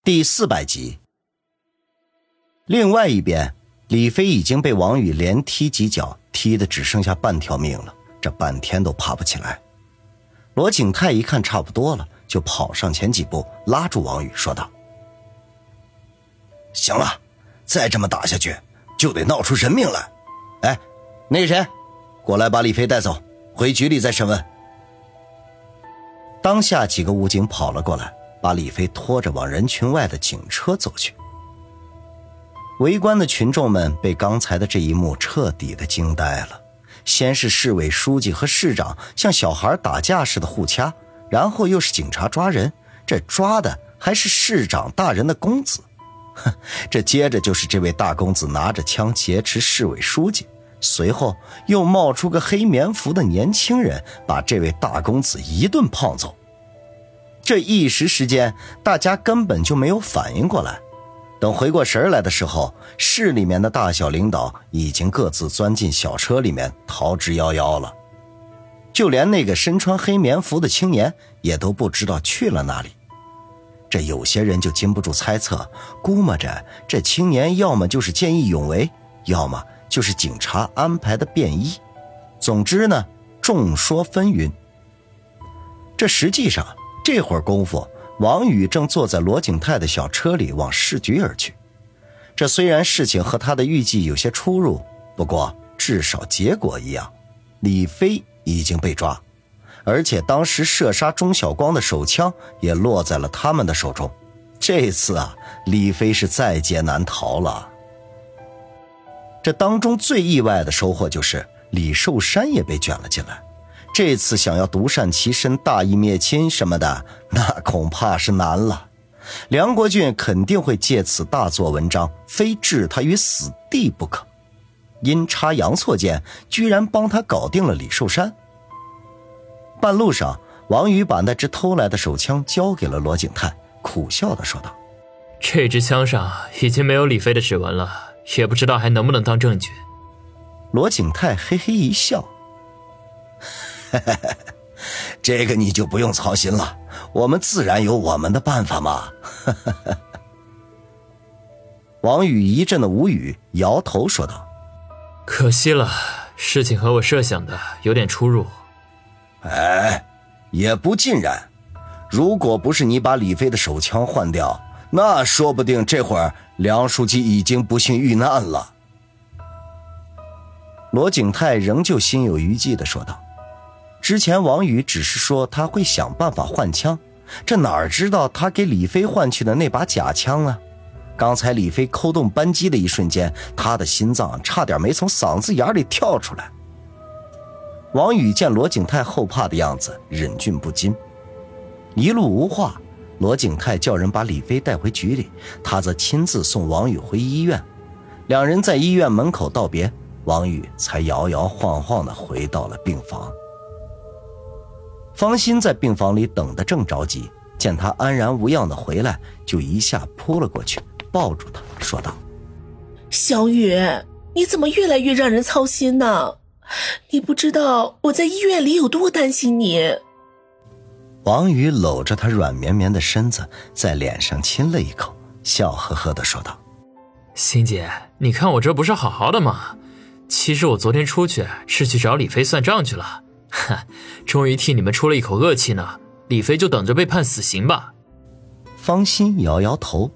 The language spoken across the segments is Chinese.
第400集。另外一边，李飞已经被王宇连踢几脚，踢得只剩下半条命了，这半天都爬不起来。罗景泰一看差不多了，就跑上前几步，拉住王宇说道：行了，再这么打下去就得闹出人命来。哎，那个谁，过来把李飞带走，回局里再审问。当下几个武警跑了过来，把李飞拖着往人群外的警车走去。围观的群众们被刚才的这一幕彻底的惊呆了，先是市委书记和市长像小孩打架似的互掐，然后又是警察抓人，这抓的还是市长大人的公子。这接着就是这位大公子拿着枪劫持市委书记，随后又冒出个黑棉服的年轻人，把这位大公子一顿胖揍。这一时之间，大家根本就没有反应过来。等回过神来的时候，市里面的大小领导已经各自钻进小车里面逃之夭夭了。就连那个身穿黑棉服的青年也都不知道去了哪里。这有些人就禁不住猜测，估摸着这青年要么就是见义勇为，要么就是警察安排的便衣。总之呢，众说纷纭。这实际上这会儿功夫，王宇正坐在罗景泰的小车里往市局而去。这虽然事情和他的预计有些出入，不过至少结果一样，李飞已经被抓，而且当时射杀钟晓光的手枪也落在了他们的手中。这次啊，李飞是在劫难逃了。这当中最意外的收获就是李寿山也被卷了进来。这次想要独善其身、大义灭亲什么的，那恐怕是难了。梁国俊肯定会借此大做文章，非置他于死地不可。阴差阳错间，居然帮他搞定了李寿山。半路上，王宇把那只偷来的手枪交给了罗景泰，苦笑地说道： 这支枪上已经没有李飞的指纹了，也不知道还能不能当证据。 罗景泰嘿嘿一笑：这个你就不用操心了，我们自然有我们的办法嘛。王宇一阵的无语，摇头说道： 可惜了，事情和我设想的有点出入。 哎，也不尽然，如果不是你把李飞的手枪换掉，那说不定这会儿梁书记已经不幸遇难了。罗景泰仍旧心有余悸地说道：之前王宇只是说他会想办法换枪，这哪知道他给李飞换去的那把假枪啊。刚才李飞扣动扳机的一瞬间，他的心脏差点没从嗓子眼里跳出来。王宇见罗景泰后怕的样子，忍俊不禁。一路无话，罗景泰叫人把李飞带回局里，他则亲自送王宇回医院。两人在医院门口道别，王宇才摇摇晃晃地回到了病房。方心在病房里等得正着急，见他安然无恙地回来，就一下扑了过去，抱住他说道： 小宇，你怎么越来越让人操心呢？你不知道我在医院里有多担心你。 王宇搂着他软绵绵的身子，在脸上亲了一口，笑呵呵地说道： 欣姐，你看我这不是好好的吗？其实我昨天出去是去找李飞算账去了，终于替你们出了一口恶气呢。李飞就等着被判死刑吧。 方心摇摇头：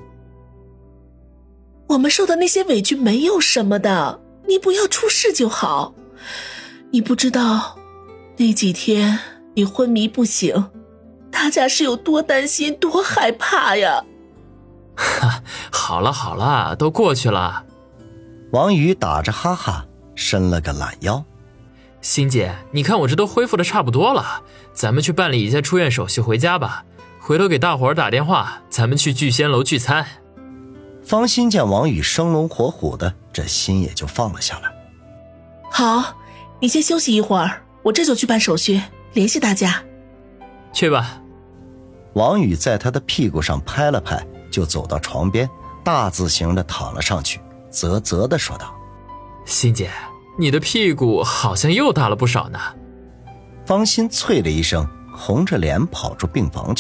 我们受的那些委屈没有什么的，你不要出事就好。你不知道那几天你昏迷不醒，大家是有多担心多害怕呀。 好了好了，都过去了。 王宇打着哈哈伸了个懒腰： 欣姐，你看我这都恢复的差不多了，咱们去办理一下出院手续回家吧，回头给大伙儿打电话，咱们去聚仙楼聚餐。 方心见王宇生龙活虎的，这心也就放了下来。 好，你先休息一会儿，我这就去办手续，联系大家。 去吧。 王宇在他的屁股上拍了拍，就走到床边，大字形的躺了上去，啧啧地说道： 欣姐，你的屁股好像又大了不少呢。 方心啐了一声，红着脸跑出病房去，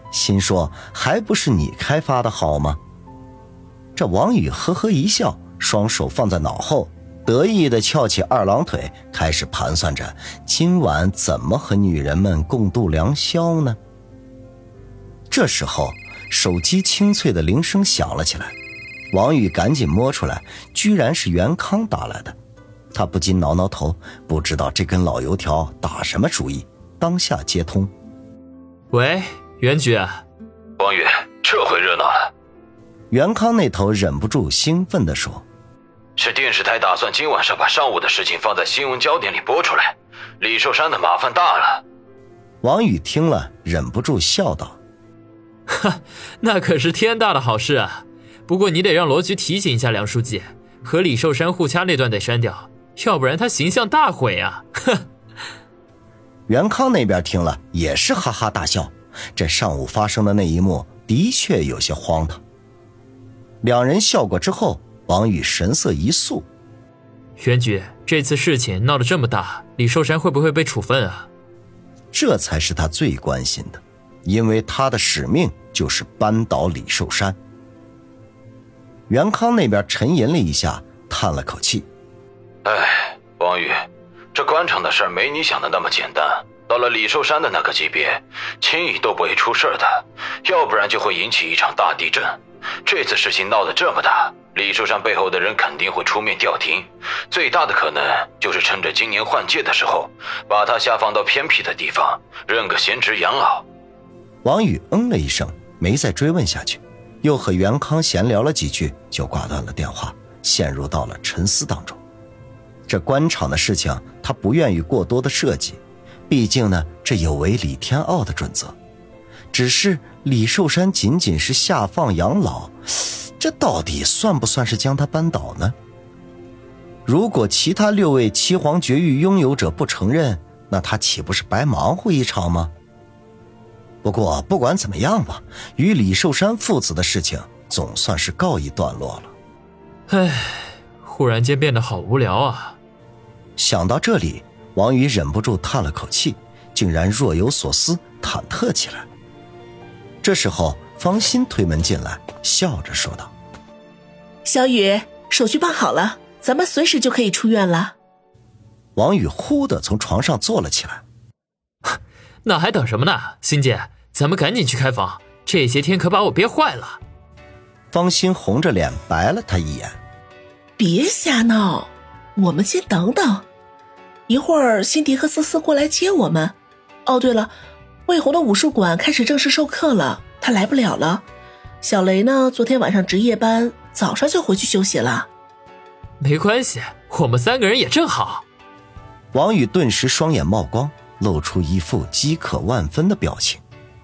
心说还不是你开发的好吗？这王宇呵呵一笑，双手放在脑后，得意地翘起二郎腿，开始盘算着今晚怎么和女人们共度良宵呢。这时候手机清脆的铃声响了起来，王宇赶紧摸出来，居然是袁康打来的。他不禁挠挠头，不知道这根老油条打什么主意，当下接通。 喂，袁局。 王宇，这回热闹了。 袁康那头忍不住兴奋地说， 是电视台打算今晚上把上午的事情放在新闻焦点里播出来，李寿山的麻烦大了。 王宇听了忍不住笑道， 哈，那可是天大的好事啊！不过你得让罗局提醒一下梁书记，和李寿山互掐那段得删掉，要不然他形象大毁啊！哼。 袁康那边听了也是哈哈大笑，这上午发生的那一幕的确有些荒唐。两人笑过之后，王宇神色一肃， 袁局，这次事情闹得这么大，李寿山会不会被处分啊？ 这才是他最关心的，因为他的使命就是扳倒李寿山。袁康那边沉吟了一下，叹了口气， 哎，王宇，这官场的事儿没你想的那么简单，到了李寿山的那个级别，轻易都不会出事的，要不然就会引起一场大地震。这次事情闹得这么大，李寿山背后的人肯定会出面调停，最大的可能就是趁着今年换届的时候，把他下放到偏僻的地方，任个闲职养老。 王宇嗯了一声，没再追问下去，又和袁康闲聊了几句，就挂断了电话，陷入到了沉思当中。这官场的事情他不愿意过多的涉及，毕竟呢，这有违李天傲的准则。只是李寿山仅仅是下放养老，这到底算不算是将他扳倒呢？如果其他6位七皇绝域拥有者不承认，那他岂不是白忙活一场吗？不过不管怎么样吧，与李寿山父子的事情总算是告一段落了。 唉，忽然间变得好无聊啊。 想到这里，王宇忍不住叹了口气，竟然若有所思，忐忑起来。这时候方心推门进来，笑着说道， 小雨，手续办好了，咱们随时就可以出院了。 王宇忽地从床上坐了起来， 那还等什么呢？欣姐，咱们赶紧去开房，这些天可把我憋坏了。 方心红着脸白了他一眼， 别瞎闹，我们先等等，一会儿辛迪和思思过来接我们。哦对了，魏红的武术馆开始正式授课了，他来不了了。小雷呢，昨天晚上值夜班，早上就回去休息了。 没关系，我们3个人也正好。 王宇顿时双眼冒光，露出一副饥渴万分的表情。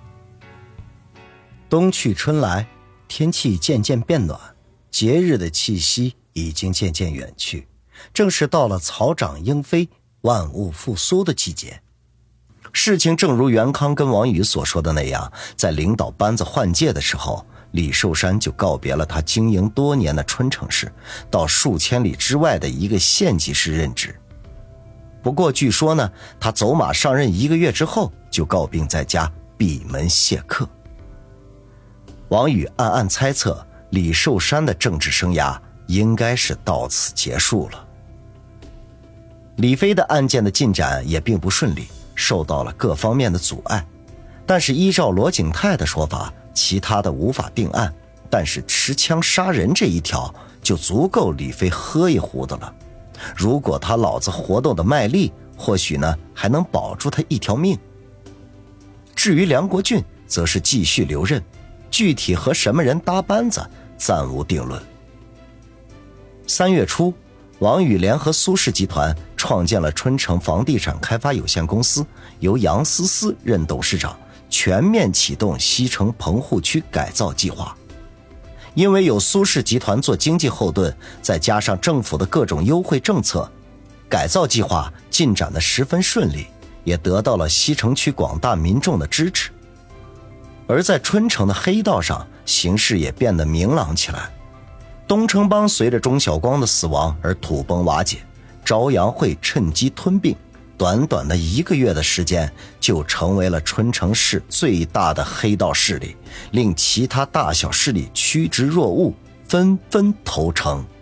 冬去春来，天气渐渐变暖，节日的气息已经渐渐远去，正是到了草长莺飞，万物复苏的季节。事情正如袁康跟王宇所说的那样，在领导班子换届的时候，李寿山就告别了他经营多年的春城市，到数千里之外的一个县级市任职。不过据说呢，他走马上任1个月之后就告病在家，闭门谢客。王宇暗暗猜测，李寿山的政治生涯应该是到此结束了。李飞的案件的进展也并不顺利，受到了各方面的阻碍，但是依照罗景泰的说法，其他的无法定案，但是持枪杀人这一条就足够李飞喝一壶的了。如果他老子活动的卖力，或许呢还能保住他一条命。至于梁国俊，则是继续留任，具体和什么人搭班子暂无定论。3月初，王宇联合苏氏集团创建了春城房地产开发有限公司，由杨思思任董事长，全面启动西城棚户区改造计划。因为有苏氏集团做经济后盾，再加上政府的各种优惠政策，改造计划进展得十分顺利，也得到了西城区广大民众的支持。而在春城的黑道上，形势也变得明朗起来。东城帮随着钟晓光的死亡而土崩瓦解，朝阳会趁机吞并， 短短的1个月的时间，就成为了春城市最大的黑道势力，令其他大小势力趋之若鹜，纷纷投诚。